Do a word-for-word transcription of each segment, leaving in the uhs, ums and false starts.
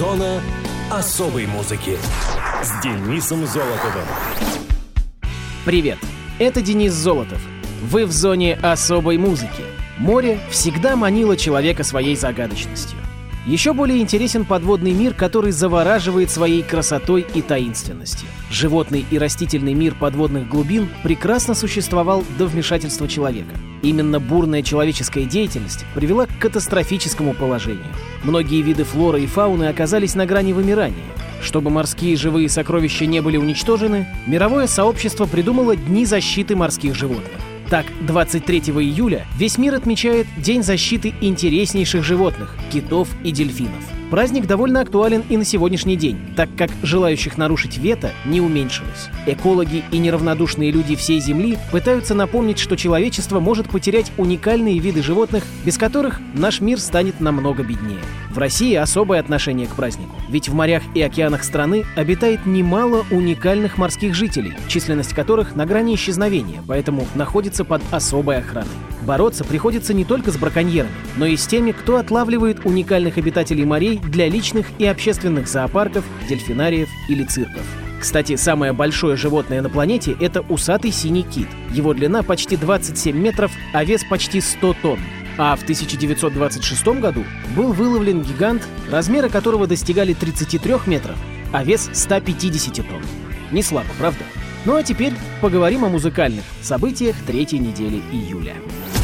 Зона особой музыки с Денисом Золотовым. Привет, это Денис Золотов. Вы в зоне особой музыки. Море всегда манило человека своей загадочностью. Еще более интересен подводный мир, который завораживает своей красотой и таинственностью. Животный и растительный мир подводных глубин прекрасно существовал до вмешательства человека. Именно бурная человеческая деятельность привела к катастрофическому положению. Многие виды флоры и фауны оказались на грани вымирания. Чтобы морские живые сокровища не были уничтожены, мировое сообщество придумало Дни защиты морских животных. Так, двадцать третьего июля весь мир отмечает День защиты интереснейших животных – китов и дельфинов. Праздник довольно актуален и на сегодняшний день, так как желающих нарушить вето не уменьшилось. Экологи и неравнодушные люди всей Земли пытаются напомнить, что человечество может потерять уникальные виды животных, без которых наш мир станет намного беднее. В России особое отношение к празднику, ведь в морях и океанах страны обитает немало уникальных морских жителей, численность которых на грани исчезновения, поэтому находится под особой охраной. Бороться приходится не только с браконьерами, но и с теми, кто отлавливает уникальных обитателей морей для личных и общественных зоопарков, дельфинариев или цирков. Кстати, самое большое животное на планете – это усатый синий кит. Его длина почти двадцать семь метров, а вес почти сто тонн. А в тысяча девятьсот двадцать шестом году был выловлен гигант, размеры которого достигали тридцати трёх метров, а вес ста пятидесяти тонн. Не слабо, правда? Ну а теперь поговорим о музыкальных событиях третьей недели июля.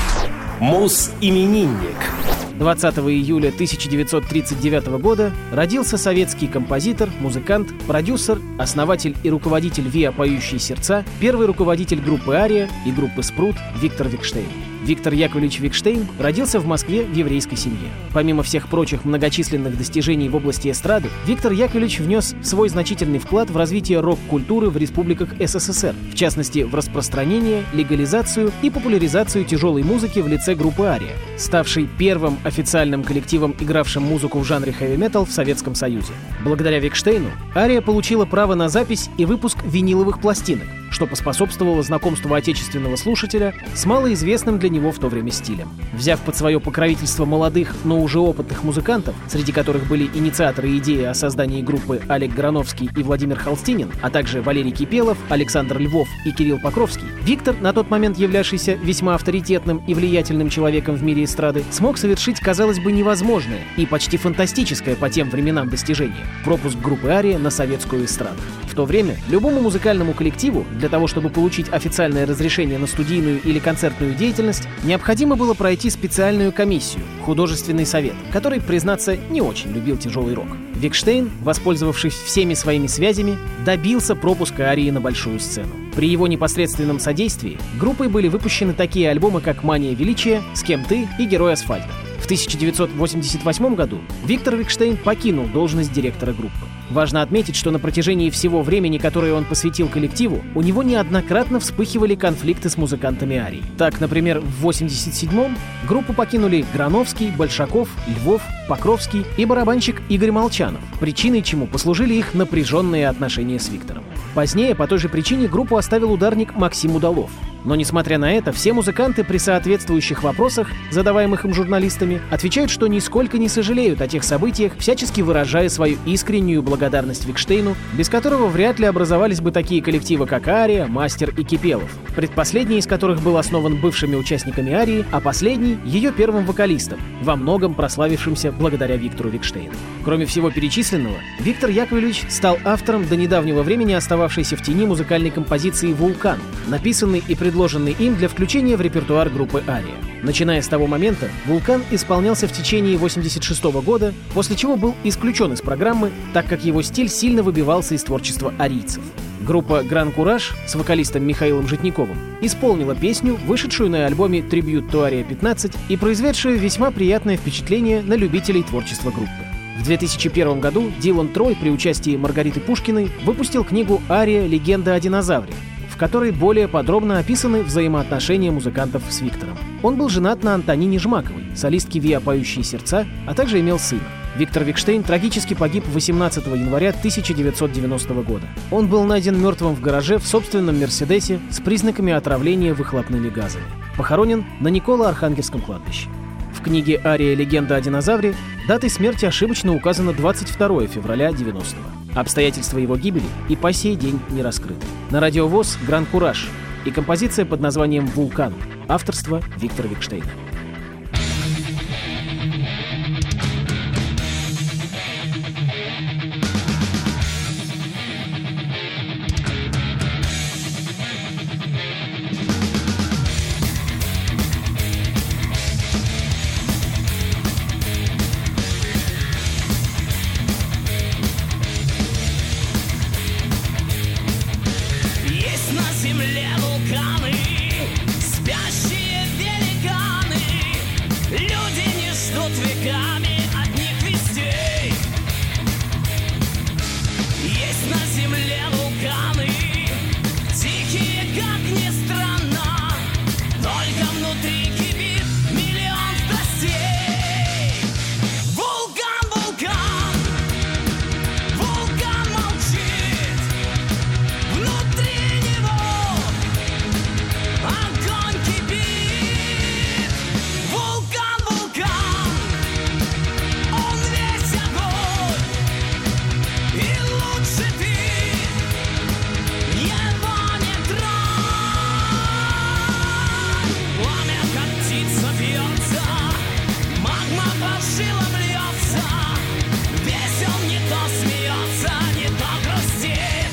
Мус-именинник. двадцатого июля тысяча девятьсот тридцать девятого года родился советский композитор, музыкант, продюсер, основатель и руководитель ВИА «Поющие сердца», первый руководитель группы «Ария» и группы «Спрут» Виктор Викштейн. Виктор Яковлевич Викштейн родился в Москве в еврейской семье. Помимо всех прочих многочисленных достижений в области эстрады, Виктор Яковлевич внес свой значительный вклад в развитие рок-культуры в республиках СССР, в частности, в распространение, легализацию и популяризацию тяжелой музыки в лице группы «Ария», ставшей первым официальным коллективом, игравшим музыку в жанре хэви-метал в Советском Союзе. Благодаря Викштейну «Ария» получила право на запись и выпуск виниловых пластинок, что поспособствовало знакомству отечественного слушателя с малоизвестным для него в то время стилем. Взяв под свое покровительство молодых, но уже опытных музыкантов, среди которых были инициаторы идеи о создании группы Олег Грановский и Владимир Холстинин, а также Валерий Кипелов, Александр Львов и Кирилл Покровский, Виктор, на тот момент являвшийся весьма авторитетным и влиятельным человеком в мире эстрады, смог совершить, казалось бы, невозможное и почти фантастическое по тем временам достижение – пропуск группы «Ария» на советскую эстраду. В то время любому музыкальному коллективу для того, чтобы получить официальное разрешение на студийную или концертную деятельность, необходимо было пройти специальную комиссию – художественный совет, который, признаться, не очень любил тяжелый рок. Викштейн, воспользовавшись всеми своими связями, добился пропуска «Арии» на большую сцену. При его непосредственном содействии группой были выпущены такие альбомы, как «Мания величия», «С кем ты» и «Герой асфальта». В тысяча девятьсот восемьдесят восьмом году Виктор Викштейн покинул должность директора группы. Важно отметить, что на протяжении всего времени, которое он посвятил коллективу, у него неоднократно вспыхивали конфликты с музыкантами «Арии». Так, например, в восемьдесят седьмом группу покинули Грановский, Большаков, Львов, Покровский и барабанщик Игорь Молчанов, причиной чему послужили их напряженные отношения с Виктором. Позднее по той же причине группу оставил ударник Максим Удалов. Но, несмотря на это, все музыканты при соответствующих вопросах, задаваемых им журналистами, отвечают, что нисколько не сожалеют о тех событиях, всячески выражая свою искреннюю благодарность Викштейну, без которого вряд ли образовались бы такие коллективы, как «Ария», «Мастер» и «Кипелов», предпоследний из которых был основан бывшими участниками «Арии», а последний — ее первым вокалистом, во многом прославившимся благодаря Виктору Викштейну. Кроме всего перечисленного, Виктор Яковлевич стал автором до недавнего времени остававшейся в тени музыкальной композиции «Вулкан», написанной и предложенный им для включения в репертуар группы «Ария». Начиная с того момента, «Вулкан» исполнялся в течение восемьдесят шестого года, после чего был исключен из программы, так как его стиль сильно выбивался из творчества арийцев. Группа «Гран Кураж» с вокалистом Михаилом Житниковым исполнила песню, вышедшую на альбоме «Трибьют ту Ария пятнадцать» и произведшую весьма приятное впечатление на любителей творчества группы. В две тысячи первом году Дилан Трой при участии Маргариты Пушкиной выпустил книгу «Ария. Легенда о динозавре», в которой более подробно описаны взаимоотношения музыкантов с Виктором. Он был женат на Антонине Жмаковой, солистке ВИА «Поющие сердца», а также имел сына. Виктор Викштейн трагически погиб восемнадцатого января тысяча девятьсот девяностого года. Он был найден мертвым в гараже в собственном «Мерседесе» с признаками отравления выхлопными газами. Похоронен на Николо-Архангельском кладбище. В книге «Ария. Легенда о динозавре» датой смерти ошибочно указано двадцать второе февраля девяностого. Обстоятельства его гибели и по сей день не раскрыты. На радио ВОС «Гран Кураж» и композиция под названием «Вулкан». Авторство Виктора Викштейна. Земле вулканы, спящие великаны. Люди не ждут веками от них вестей. Есть на земле вулканы, тихие, как ни странно, только внутри кипит миллион страстей. Вулкан, вулкан, вулкан молчит. Внутри огонь кипит. Вулкан, вулкан, он весь огонь. И лучше ты его не тронь. Пламя, как птица, бьется, магма по жилам льется. Весь он не то смеется, не то грустит.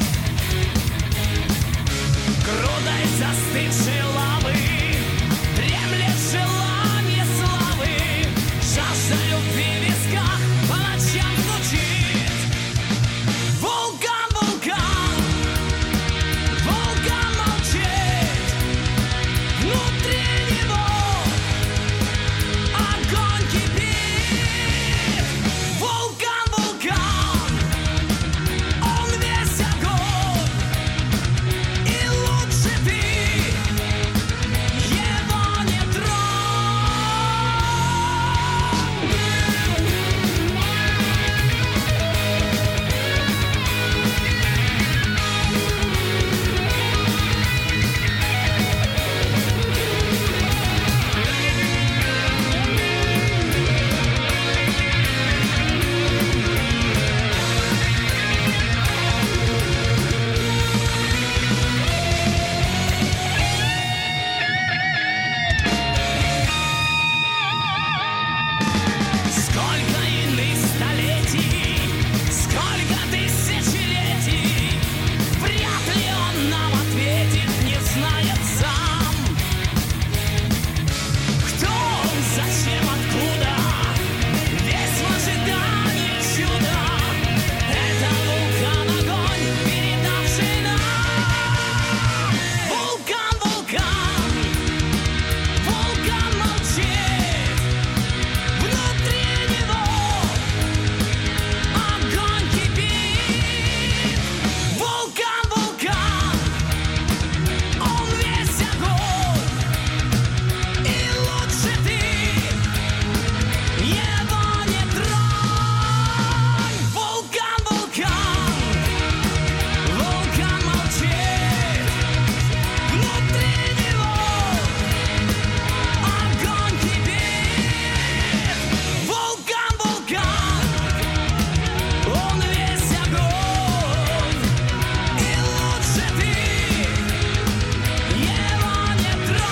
Грудой застывшей лавы дремлет желание славы. Жажда любви в висках по ночам звучит. Вулкан, вулкан, вулкан молчит. Внутри него огонь кипит. Вулкан, вулкан, он весь огонь. И лучше ты его не Сколько иных столетий, сколько тысячелетий, вряд ли он нам ответит, не знает сам. Кто он, зачем, откуда, весь в ожидании чуда. Это вулкан, огонь, передавший нам. Вулкан, вулкан, вулкан молчит. Внутри него огонь кипит. Вулкан, вулкан, он весь огонь. И лучше ты его не тронь. Вулкан, вулкан, вулкан молчит. Внутри него огонь кипит. Вулкан, вулкан, он весь огонь. И лучше ты его не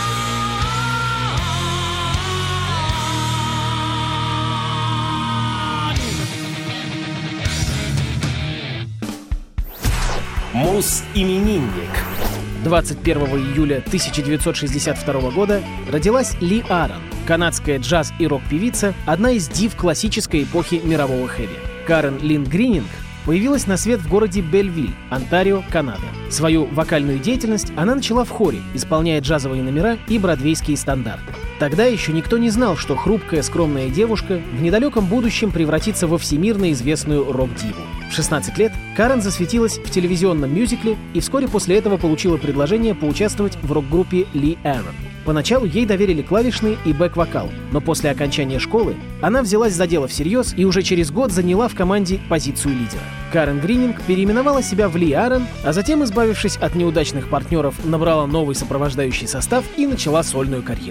тронь. Мус-именинник. двадцать первого июля тысяча девятьсот шестьдесят второго года родилась Ли Аарон, канадская джаз- и рок-певица, одна из див классической эпохи мирового хэви. Карен Лин Грининг появилась на свет в городе Бельвиль, Онтарио, Канада. Свою вокальную деятельность она начала в хоре, исполняя джазовые номера и бродвейские стандарты. Тогда еще никто не знал, что хрупкая, скромная девушка в недалеком будущем превратится во всемирно известную рок-диву. В шестнадцать лет Карен засветилась в телевизионном мюзикле и вскоре после этого получила предложение поучаствовать в рок-группе Ли Аарон. Поначалу ей доверили клавишный и бэк-вокал, но после окончания школы она взялась за дело всерьез и уже через год заняла в команде позицию лидера. Карен Грининг переименовала себя в Ли Аарон, а затем, избавившись от неудачных партнеров, набрала новый сопровождающий состав и начала сольную карьеру.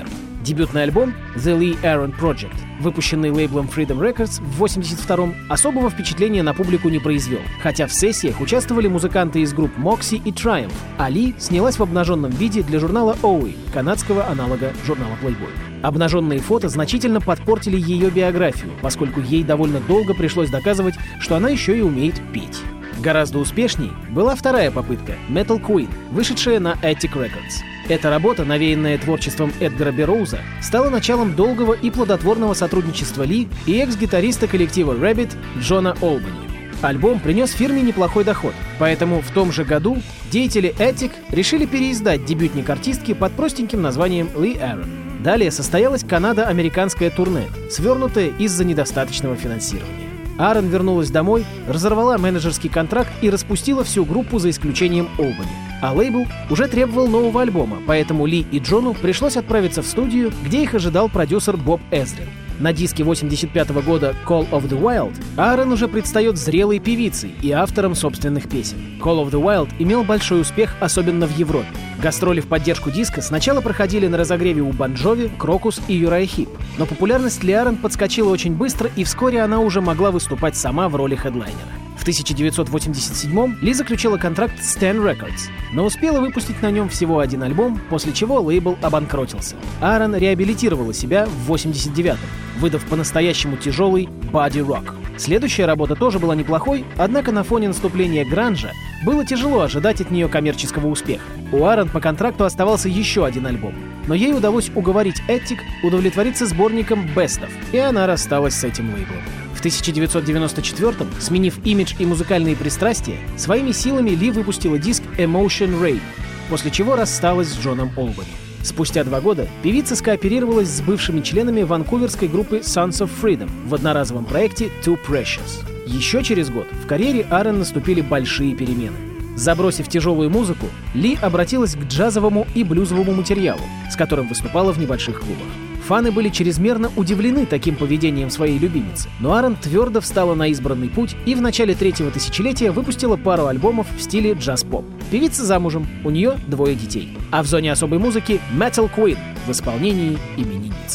Дебютный альбом The Lee Aaron Project, выпущенный лейблом Freedom Records в восемьдесят втором, особого впечатления на публику не произвел, хотя в сессиях участвовали музыканты из групп Moxie и Triumph, а Ли снялась в обнаженном виде для журнала Owie, канадского аналога журнала Playboy. Обнаженные фото значительно подпортили ее биографию, поскольку ей довольно долго пришлось доказывать, что она еще и умеет петь. Гораздо успешней была вторая попытка — Metal Queen, вышедшая на Attic Records. Эта работа, навеянная творчеством Эдгара Берроуза, стала началом долгого и плодотворного сотрудничества Ли и экс-гитариста коллектива Rabbit Джона Олбани. Альбом принес фирме неплохой доход, поэтому в том же году деятели Attic решили переиздать дебютник артистки под простеньким названием Ли Aaron. Далее состоялось канадо-американское турне, свернутое из-за недостаточного финансирования. Аарон вернулась домой, разорвала менеджерский контракт и распустила всю группу за исключением Олбани. А лейбл уже требовал нового альбома, поэтому Ли и Джону пришлось отправиться в студию, где их ожидал продюсер Боб Эзрин. На диске восемьдесят пятого года Call of the Wild Аарон уже предстает зрелой певицей и автором собственных песен. Call of the Wild имел большой успех, особенно в Европе. Гастроли в поддержку диска сначала проходили на разогреве у Бон Джови, Крокус и Юрая Хип, но популярность Ли Аарон подскочила очень быстро, и вскоре она уже могла выступать сама в роли хедлайнера. В тысяча девятьсот восемьдесят седьмом Ли заключила контракт с Ten Records, но успела выпустить на нем всего один альбом, после чего лейбл обанкротился. Аарон реабилитировала себя в восемьдесят девятом, выдав по-настоящему тяжелый Body Rock. Следующая работа тоже была неплохой, однако на фоне наступления гранжа было тяжело ожидать от нее коммерческого успеха. У Аарон по контракту оставался еще один альбом, но ей удалось уговорить Attic удовлетвориться сборником Best of, и она рассталась с этим лейблом. В тысяча девятьсот девяносто четвёртом, сменив имидж и музыкальные пристрастия, своими силами Ли выпустила диск Emotion Rain, после чего рассталась с Джоном Олбани. Спустя два года певица скооперировалась с бывшими членами ванкуверской группы Sons of Freedom в одноразовом проекте Too Precious. Еще через год в карьере Аарон наступили большие перемены. Забросив тяжелую музыку, Ли обратилась к джазовому и блюзовому материалу, с которым выступала в небольших клубах. Фаны были чрезмерно удивлены таким поведением своей любимицы, но Аарон твердо встала на избранный путь и в начале третьего тысячелетия выпустила пару альбомов в стиле джаз-поп. Певица замужем, у нее двое детей. А в зоне особой музыки Metal Queen в исполнении именинницы.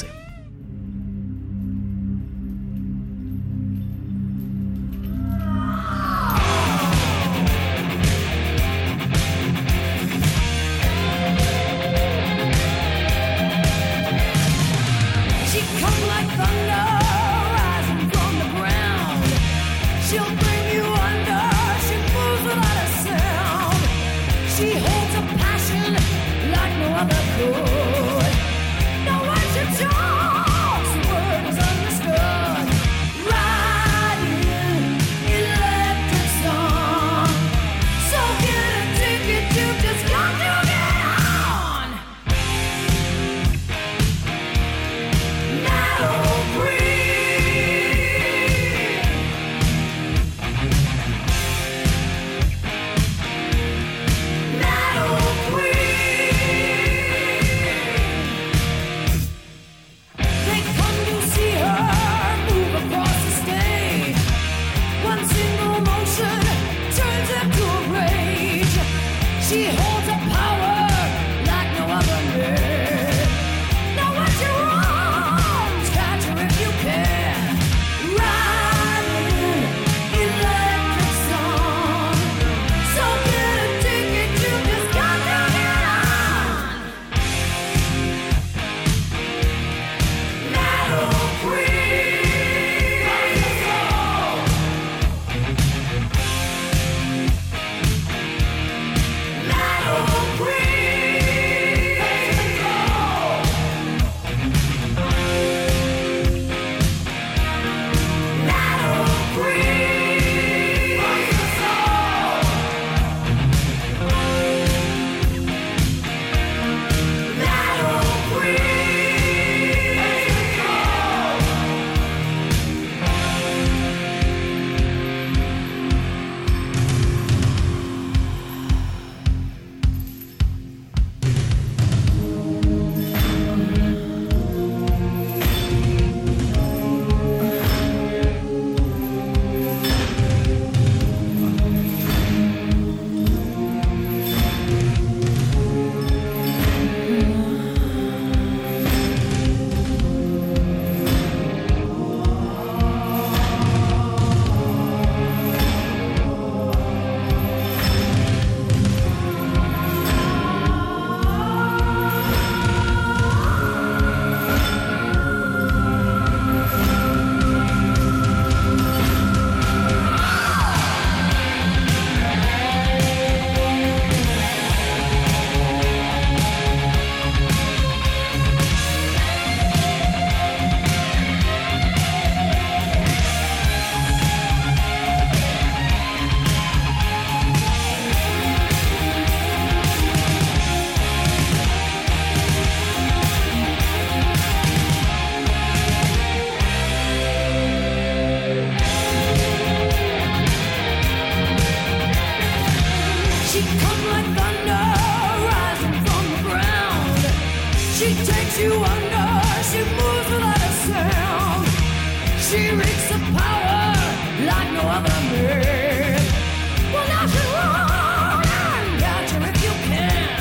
no other man. Well, now she won't got you if you can.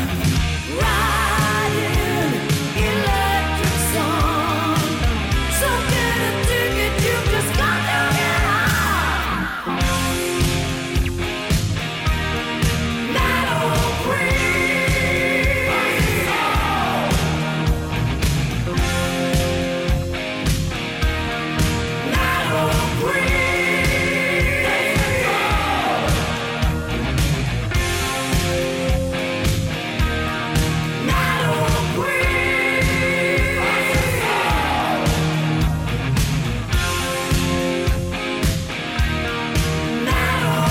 Riding electric sun. So get a ticket, you just got to get on. Meadow Green. Meadow Green. Meadow Green. Meadow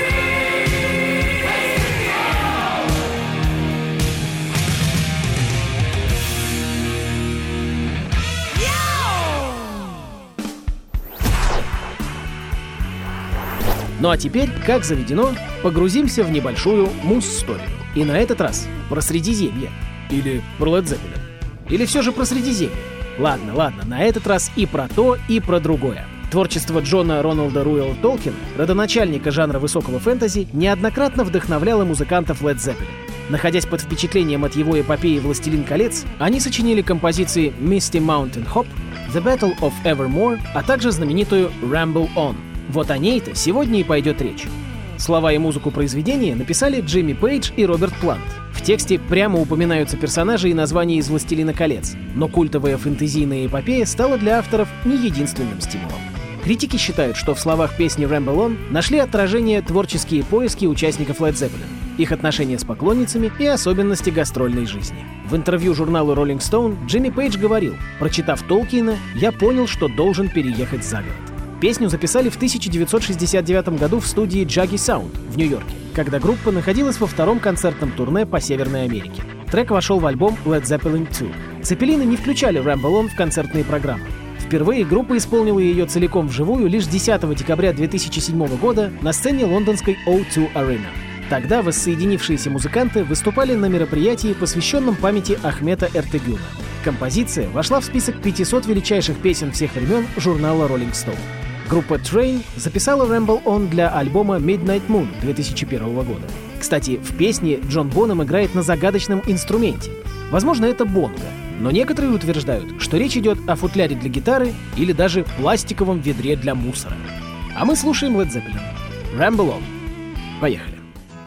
Ну а теперь, как заведено, погрузимся в небольшую муз-историю. И на этот раз про Средиземье. Или про Led Zeppelin. Или все же про Средиземье. Ладно, ладно, на этот раз и про то, и про другое. Творчество Джона Роналда Руэлла Толкина, родоначальника жанра высокого фэнтези, неоднократно вдохновляло музыкантов Led Zeppelin. Находясь под впечатлением от его эпопеи «Властелин колец», они сочинили композиции Misty Mountain Hop, The Battle of Evermore, а также знаменитую Ramble On. Вот о ней-то сегодня и пойдет речь. Слова и музыку произведения написали Джимми Пейдж и Роберт Плант. В тексте прямо упоминаются персонажи и названия из «Властелина колец», но культовая фэнтезийная эпопея стала для авторов не единственным стимулом. Критики считают, что в словах песни Ramble On нашли отражение творческие поиски участников Led Zeppelin, их отношения с поклонницами и особенности гастрольной жизни. В интервью журналу Rolling Stone Джимми Пейдж говорил: «Прочитав Толкина, я понял, что должен переехать за город». Песню записали в тысяча девятьсот шестьдесят девятом году в студии Jaggy Sound в Нью-Йорке, когда группа находилась во втором концертном турне по Северной Америке. Трек вошел в альбом Led Zeppelin два. Цепелины не включали Ramble On в концертные программы. Впервые группа исполнила ее целиком вживую лишь десятого декабря две тысячи седьмого года на сцене лондонской о два Arena. Тогда воссоединившиеся музыканты выступали на мероприятии, посвященном памяти Ахмета Эртегюна. Композиция вошла в список пятисот величайших песен всех времен журнала Rolling Stone. Группа Train записала Ramble On для альбома Midnight Moon две тысячи первого года. Кстати, в песне Джон Бонхэм играет на загадочном инструменте. Возможно, это бонго, но некоторые утверждают, что речь идет о футляре для гитары или даже пластиковом ведре для мусора. А мы слушаем Led Zeppelin. Ramble On. Поехали.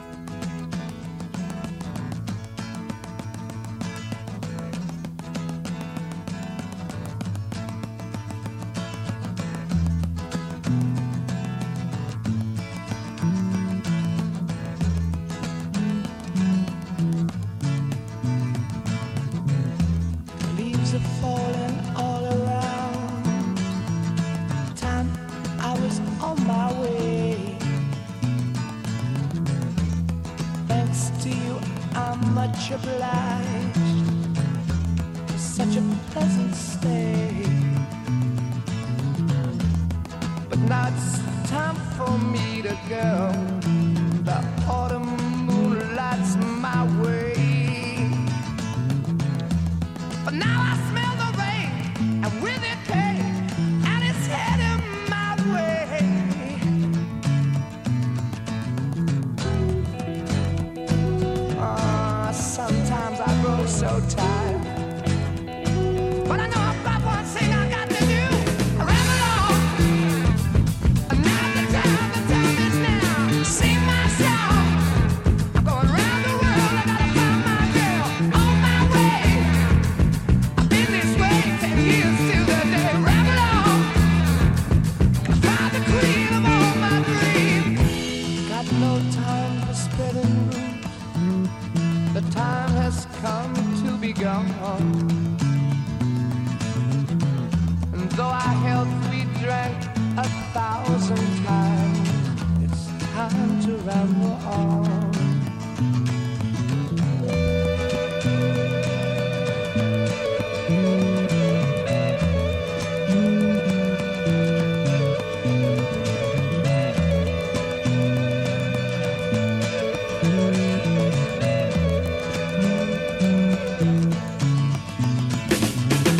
Leaves are falling all around. Time I was on my way. Thanks to you, I'm much obliged for such a pleasant stay. But now it's time for me to go. The autumn moon lights my way. But now I smell the rain, and with it pain, and it's heading my way. Ah, sometimes I grow so tired, but I know about one thing I got to do. I ramble on, and now the time, the time is now. Sing my song. I'm going round the world, I gotta find my girl on my way. Been this way ten years till the day. Ramble on, find the queen of all my dreams. Got no time for spreading roots. The time has come to be gone. And though our health we drank a thousand times, it's time to ramble on.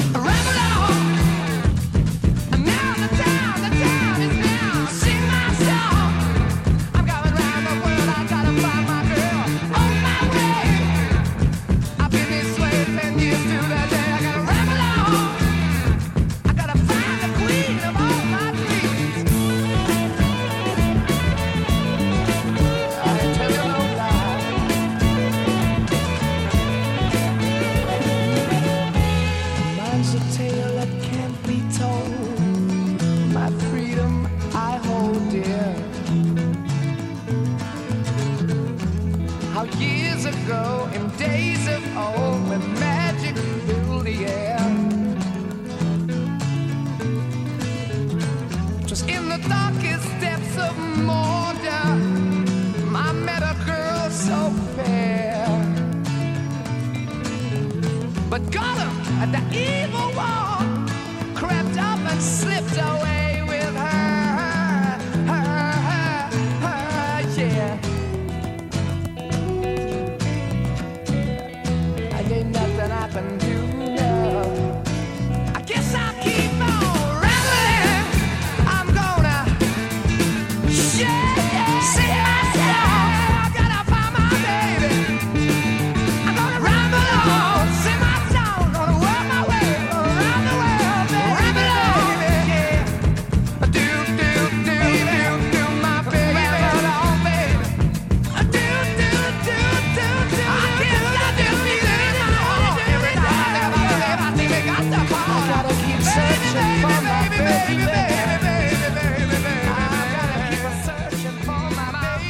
Ramble on, and now the time, the time is now. Sing my song. rocky steps of Mordor, I met a girl so fair. But Gollum, at the evil one, crept up and slipped away with her, her, her, her, yeah. And ain't nothing I can do now. I guess I'll keep on rambling. I'm gonna share, see myself. I gotta find my baby. I'm gonna ramble on, sing my song, gonna work my way around the world, baby. Ramble on, yeah. Do, do, do, do, do, my baby. Ramble on, baby. Do, do, do, do, do. I guess I do need it all every time. I think I got the ball. I gotta keep searching for my baby, baby, baby, baby, baby, baby. I gotta keep searching for my baby.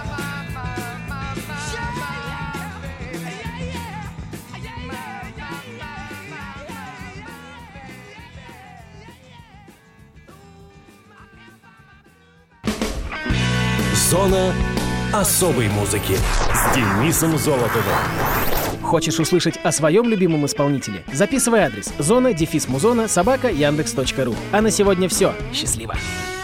Зона особой музыки с Денисом Золотовым. Хочешь услышать о своем любимом исполнителе? Записывай адрес: зона дефис музона собака яндекс точка ру. А на сегодня все. Счастливо!